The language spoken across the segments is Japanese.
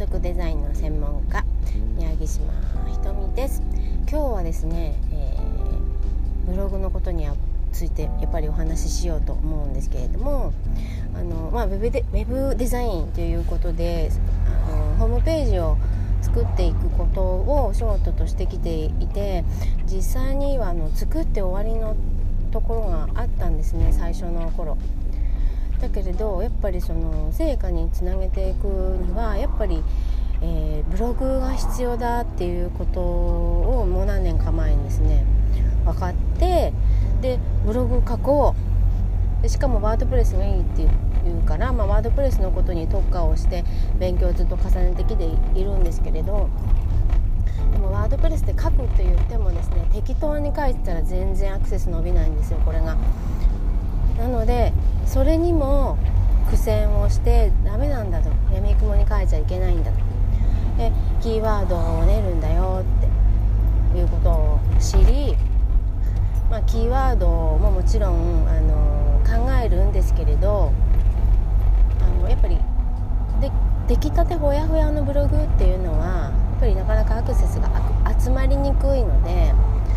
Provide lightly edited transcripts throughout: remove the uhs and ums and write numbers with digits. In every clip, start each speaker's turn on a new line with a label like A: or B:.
A: 服デザインの専門家宮城島ひとみです。今日はですね、ブログのことについてやっぱりお話ししようと思うんですけれども、ウェブデザインということでホームページを作っていくことをお仕事としてきていて、実際には作って終わりのところがあったんですね、最初の頃。だけれどやっぱりその成果につなげていくにはやっぱり、ブログが必要だっていうことをもう何年か前にですね分かって、でブログを書こう、でしかもワードプレスがいいっていうから、ワードプレスのことに特化をして勉強をずっと重ねてきているんですけれど、でもワードプレスで書くと言ってもですね、適当に書いてたら全然アクセス伸びないんですよ、これが。なのでそれにも苦戦をしてダメなんだと、やみくもに書いちゃいけないんだと、でキーワードを練るんだよっていうことを知り、キーワードももちろん考えるんですけれど、やっぱり出来たてほやほやのブログっていうのはやっぱりなかなかアクセスが集まりにくいので、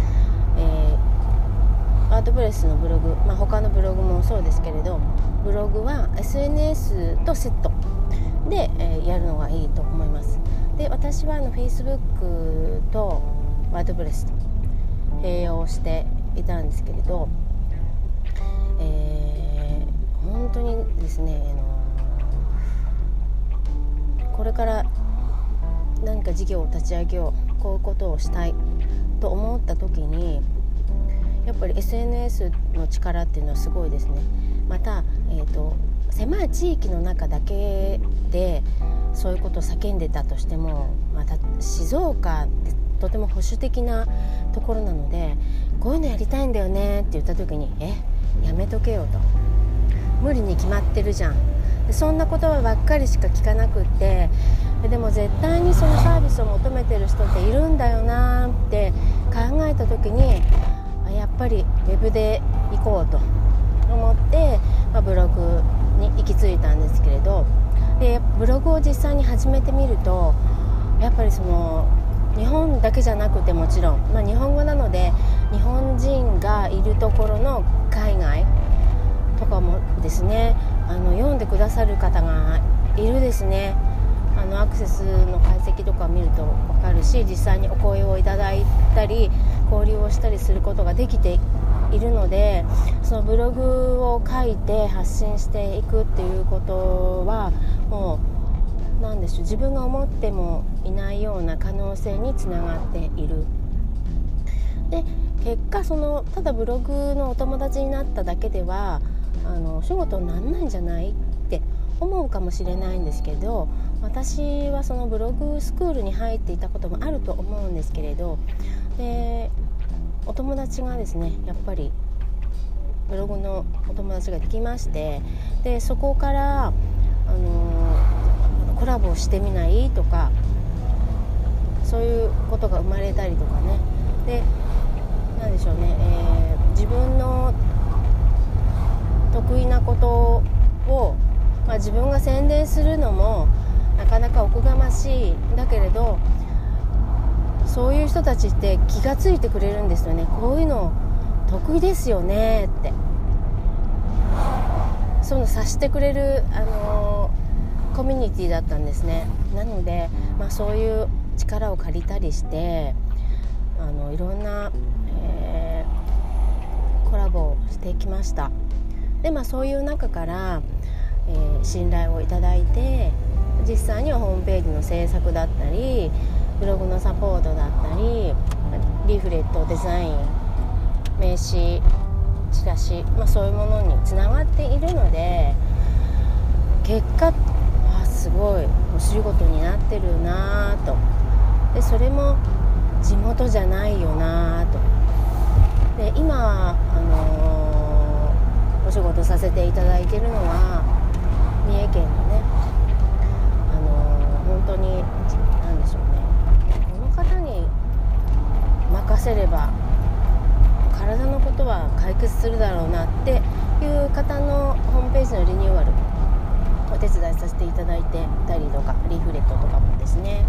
A: ワードプレスのブログ、他のブログもそうですけれど、ブログは SNS とセットで、やるのがいいと思います。で、私はFacebook とワードプレスと併用していたんですけれど、本当にですね、これから何か事業を立ち上げよう、こういうことをしたいと思った時にやっぱり SNS の力っていうのはすごいですね。また、狭い地域の中だけでそういうことを叫んでたとしても、静岡ってとても保守的なところなので、こういうのやりたいんだよねって言った時にやめとけよと、無理に決まってるじゃん、でそんな言葉ばっかりしか聞かなくって、でも絶対にそのサービスを求めてる人っているんだよなって考えた時に、やっぱりウェブで行こうと思って、ブログに行き着いたんですけれど、でブログを実際に始めてみるとやっぱりその日本だけじゃなくて、もちろん、日本語なので日本人がいるところの海外とかもですね、読んでくださる方がいるですね。アクセスの解析とか見ると分かるし、実際にお声をいただいたり交流をしたりすることができているので、そのブログを書いて発信していくっていうことはもう何でしょう、自分が思ってもいないような可能性につながっている。で結果ただブログのお友達になっただけではお仕事にならないんじゃないって思うかもしれないんですけど、私はそのブログスクールに入っていたこともあると思うんですけれど、でお友達がですね、やっぱりブログのお友達ができまして、でそこからコラボしてみないとか、そういうことが生まれたりとかね。でなんでしょうね、自分の得意なことを、自分が宣伝するのもなかなかおこがましいだけれど、そういう人たちって気がついてくれるんですよね。こういうの得意ですよねって、そういうの察してくれるコミュニティだったんですね。なので、そういう力を借りたりしていろんな、コラボをしてきました。で、そういう中から、信頼をいただいて、実際にはホームページの制作だったりブログのサポートだったりリーフレットデザイン、名刺、チラシ、そういうものにつながっているので、結果すごいお仕事になってるなと。でそれも地元じゃないよなと。で今お仕事させていただいているのは三重県のね、本当に何でしょうね、この方に任せれば体のことは解決するだろうなっていう方のホームページのリニューアルお手伝いさせていただいてたりとか、リーフレットとかもですね、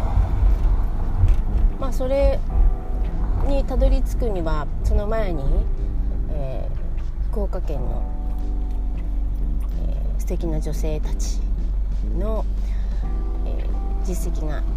A: それにたどり着くにはその前に、福岡県の、素敵な女性たちの、実績があって、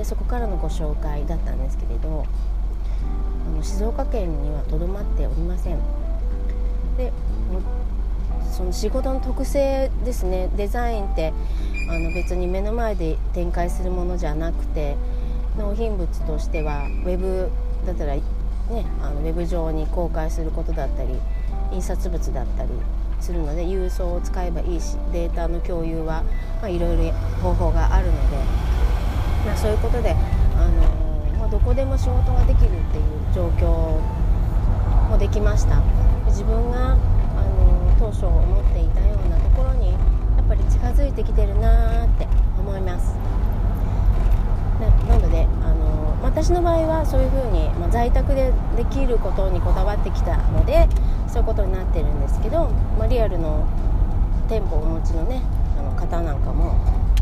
A: そこからのご紹介だったんですけれど、静岡県にはとどまっておりません。でその仕事の特性ですね。デザインって別に目の前で展開するものじゃなくて、納品物としてはウェブだったらね、ウェブ上に公開することだったり、印刷物だったりするので、郵送を使えばいいし、データの共有はいろいろ方法があるので、そういうことでどこでも仕事ができるっていう状況もできました。自分が当初思っていたようなところにやっぱり近づいてきてるなって思います。なので私の場合はそういうふうに、在宅でできることにこだわってきたので、そういうことになってるんですけど、リアルの店舗をお持ちのね方なんかも、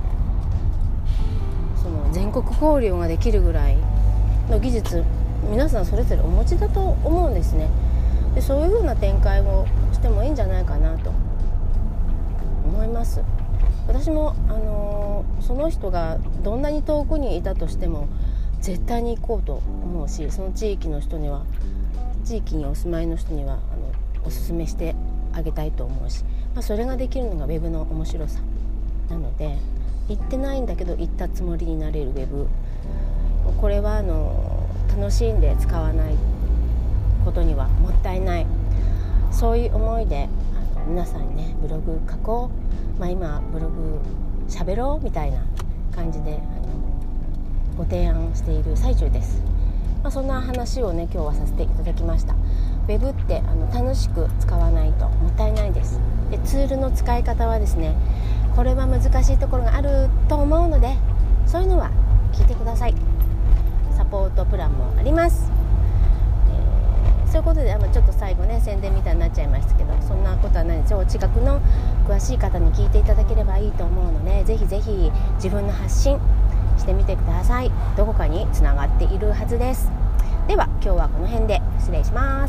A: その全国交流ができるぐらいの技術、皆さんそれぞれお持ちだと思うんですね。でそういう風な展開をしてもいいんじゃないかなと思います。私もその人がどんなに遠くにいたとしても絶対に行こうと思うし、その地域の人には、地域にお住まいの人にはおすすめしてあげたいと思うし、それができるのがウェブの面白さなので、行ってないんだけど行ったつもりになれるウェブ、これは楽しんで使わないことにはもったいない、そういう思いで皆さんにね、ブログ書こう、今ブログ喋ろうみたいな感じでご提案している最中です。そんな話をね今日はさせていただきました。ウェブって楽しく使わないともったいないです。でツールの使い方はですね、これは難しいところがあると思うので、そういうのは聞いてください。サポートプランもあります。そういうことでちょっと最後ね宣伝みたいになっちゃいましたけど、そんなことはないですよ。お近くの詳しい方に聞いていただければいいと思うので、ぜひぜひ自分の発信してみてください。どこかにつながっているはずです。では今日はこの辺で失礼します。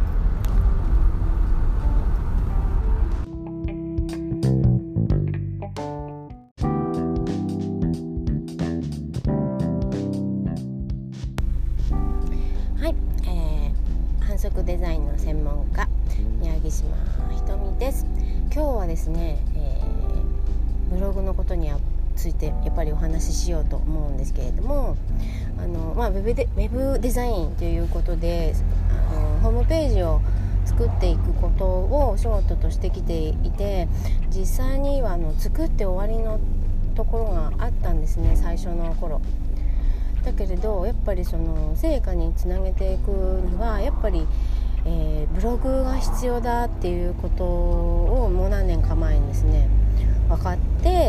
A: 反則デザインの専門家宮城島ひとみです。今日はですね、ブログのことについてやっぱりお話ししようと思うんですけれども、ウェブデザインということでホームページを作っていくことを仕事としてきていて、実際には作って終わりのところがあったんですね、最初の頃。だけれどやっぱりその成果につなげていくにはやっぱり、ブログが必要だっていうことをもう何年か前にですね分かって、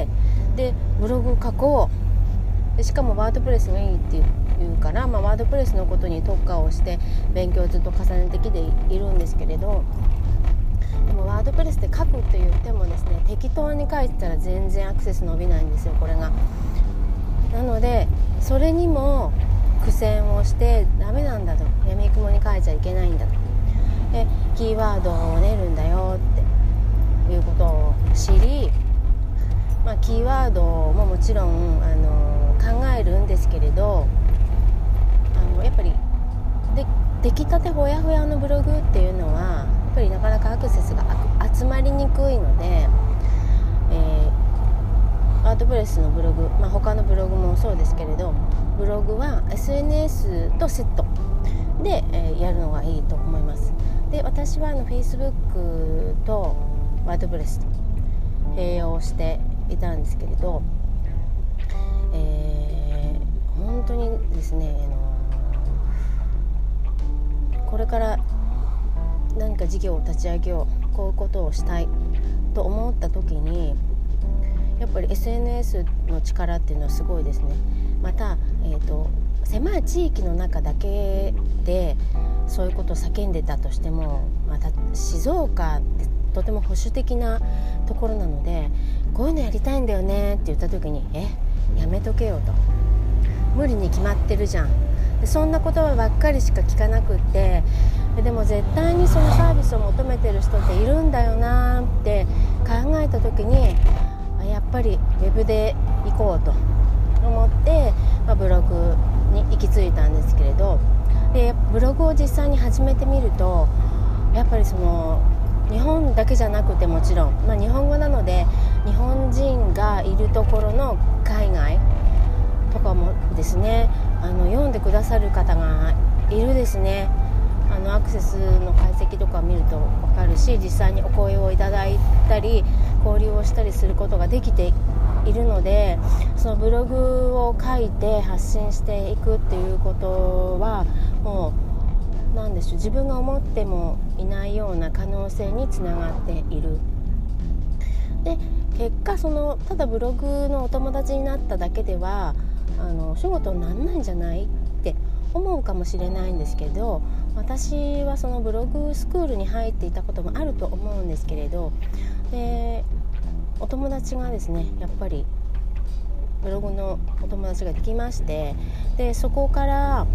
A: でブログ書こう、でしかもワードプレスがいいっていうから、ワードプレスのことに特化をして勉強をずっと重ねてきているんですけれど、でもワードプレスで書くと言ってもですね、適当に書いてたら全然アクセス伸びないんですよ、これが。なのでそれにも苦戦をしてダメなんだと、闇雲に書いちゃいけないんだと、でキーワードを練るんだよっていうことを知り、キーワードももちろん考えるんですけれど、やっぱり出来たてほやほやのブログっていうのはやっぱりなかなかアクセスが集まりにくいので、ワードプレスのブログ、他のブログもそうですけれど、ブログは SNS とセットで、やるのがいいと思います。で私はFacebook とワードプレスと併用していたんですけれど、本当にですねこれから何か事業を立ち上げよう、こういうことをしたいと思った時にやっぱり SNS の力っていうのはすごいですね。また、狭い地域の中だけでそういうことを叫んでたとしても、静岡ってとても保守的なところなので、こういうのやりたいんだよねって言った時に、やめとけよと、無理に決まってるじゃん、でそんな言葉ばっかりしか聞かなくって、でも絶対にそのサービスを求めてる人っているんだよなって考えた時に、やっぱりウェブで行こうと思って、ブログに行き着いたんですけれど、でブログを実際に始めてみると、やっぱりその日本だけじゃなくて、もちろん、日本語なので日本人がいるところの海外とかもですね、読んでくださる方がいるですね。アクセスの解析とか見ると分かるし、実際にお声をいただいたり交流をしたりすることができているので、そのブログを書いて発信していくっていうことは、もうなんでしょう、自分が思ってもいないような可能性につながっている。で結果、ただブログのお友達になっただけではお仕事にならないんじゃないって思うかもしれないんですけど、私はそのブログスクールに入っていたこともあると思うんですけれど、でお友達がですね、やっぱりブログのお友達ができまして、でそこから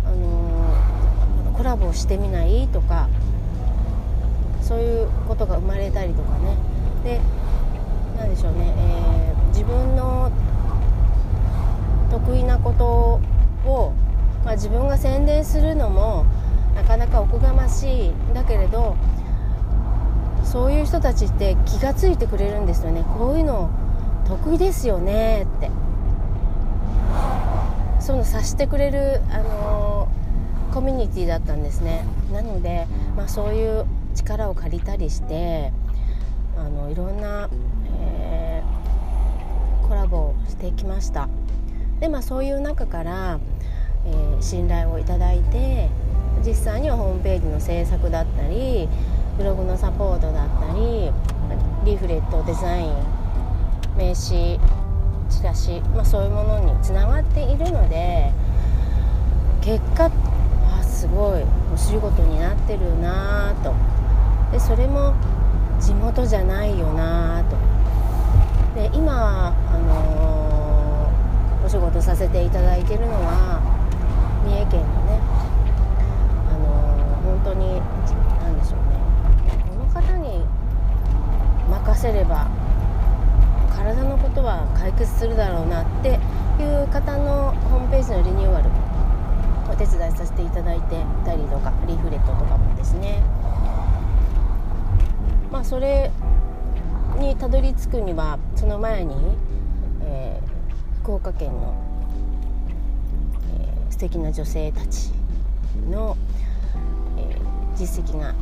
A: コラボしてみないとか、そういうことが生まれたりとかね。でなんでしょうね、自分の得意なことを、自分が宣伝するのもなかなかおこがましいだけれど、そういう人たちって気がついてくれるんですよね。こういうの得意ですよねって、そういうの察してくれるコミュニティだったんですね。なので、そういう力を借りたりしていろんな、コラボをしてきました。で、そういう中から、信頼をいただいて、実際にはホームページの制作だったり、ブログのサポートだったり、リーフレットデザイン、名刺、チラシ、そういうものにつながっているので、結果すごいお仕事になってるなと。でそれも地元じゃないよなと。で今お仕事させていただいているのは三重県のね、本当に何でしょうね、この方に任せれば体のことは解決するだろうなっていう方のホームページのリニューアルお手伝いさせていただいてたりとか、リーフレットとかもですね、それにたどり着くにはその前に、福岡県の、素敵な女性たちの、実績があって、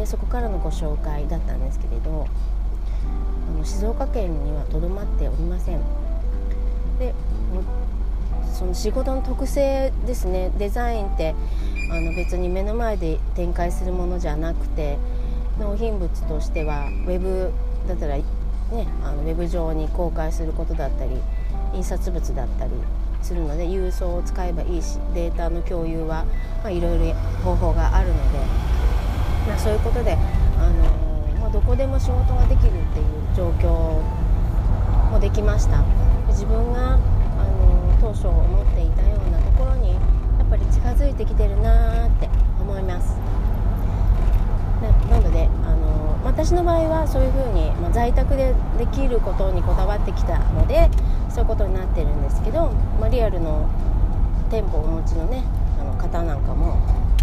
A: そこからのご紹介だったんですけれど、静岡県にはとどまっておりません。でその仕事の特性ですね。デザインって別に目の前で展開するものじゃなくて、納品物としてはウェブだったらね、ウェブ上に公開することだったり、印刷物だったりするので、郵送を使えばいいし、データの共有はいろいろ方法があるので、そういうことでどこでも仕事ができるっていう状況もできました。自分が当初思っていたようなところにやっぱり近づいてきてるなって思います。なので私の場合はそういうふうに、在宅でできることにこだわってきたので、そういうことになってるんですけど、リアルの店舗をお持ちのね方なんかも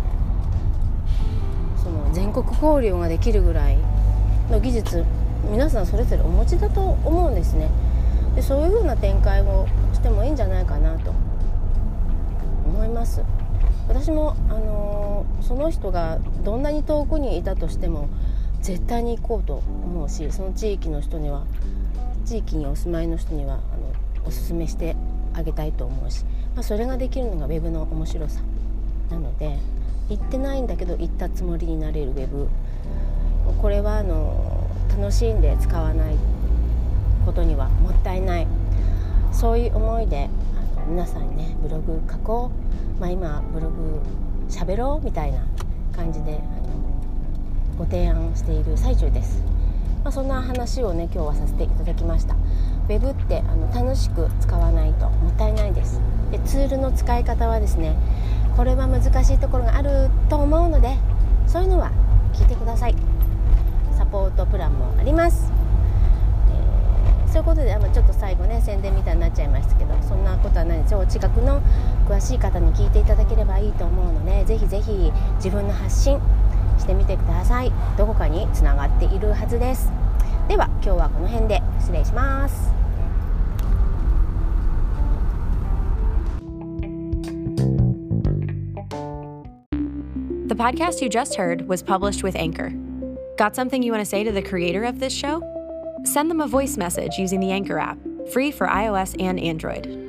A: その全国交流ができるぐらいの技術、皆さんそれぞれお持ちだと思うんですね。でそういうふうな展開をしてもいいんじゃないかなと思います。私もその人がどんなに遠くにいたとしても絶対に行こうと思うし、その地域の人には、地域にお住まいの人にはおすすめしてあげたいと思うし、それができるのがウェブの面白さなので、行ってないんだけど行ったつもりになれるウェブ、これは楽しんで使わないことにはもったいない、そういう思いで皆さんにねブログ書こう、今ブログ喋ろうみたいな感じでご提案している最中です。そんな話をね今日はさせていただきました。ウェブって楽しく使わないともったいないです。でツールの使い方はですね、これは難しいところがあると思うので、そういうのは聞いてください。サポートプランもあります。そういうことでちょっと最後ね宣伝みたいになっちゃいましたけど、そんなことはないですよ。お近くの詳しい方に聞いていただければいいと思うので、ぜひぜひ自分の発信してみてください。どこかにつながっているはずです。では今日はこの辺で失礼します。
B: The podcast you just heard was published with Anchor. Got something you want to say to the creator of this show? Send them a voice message using the Anchor app, free for iOS and Android.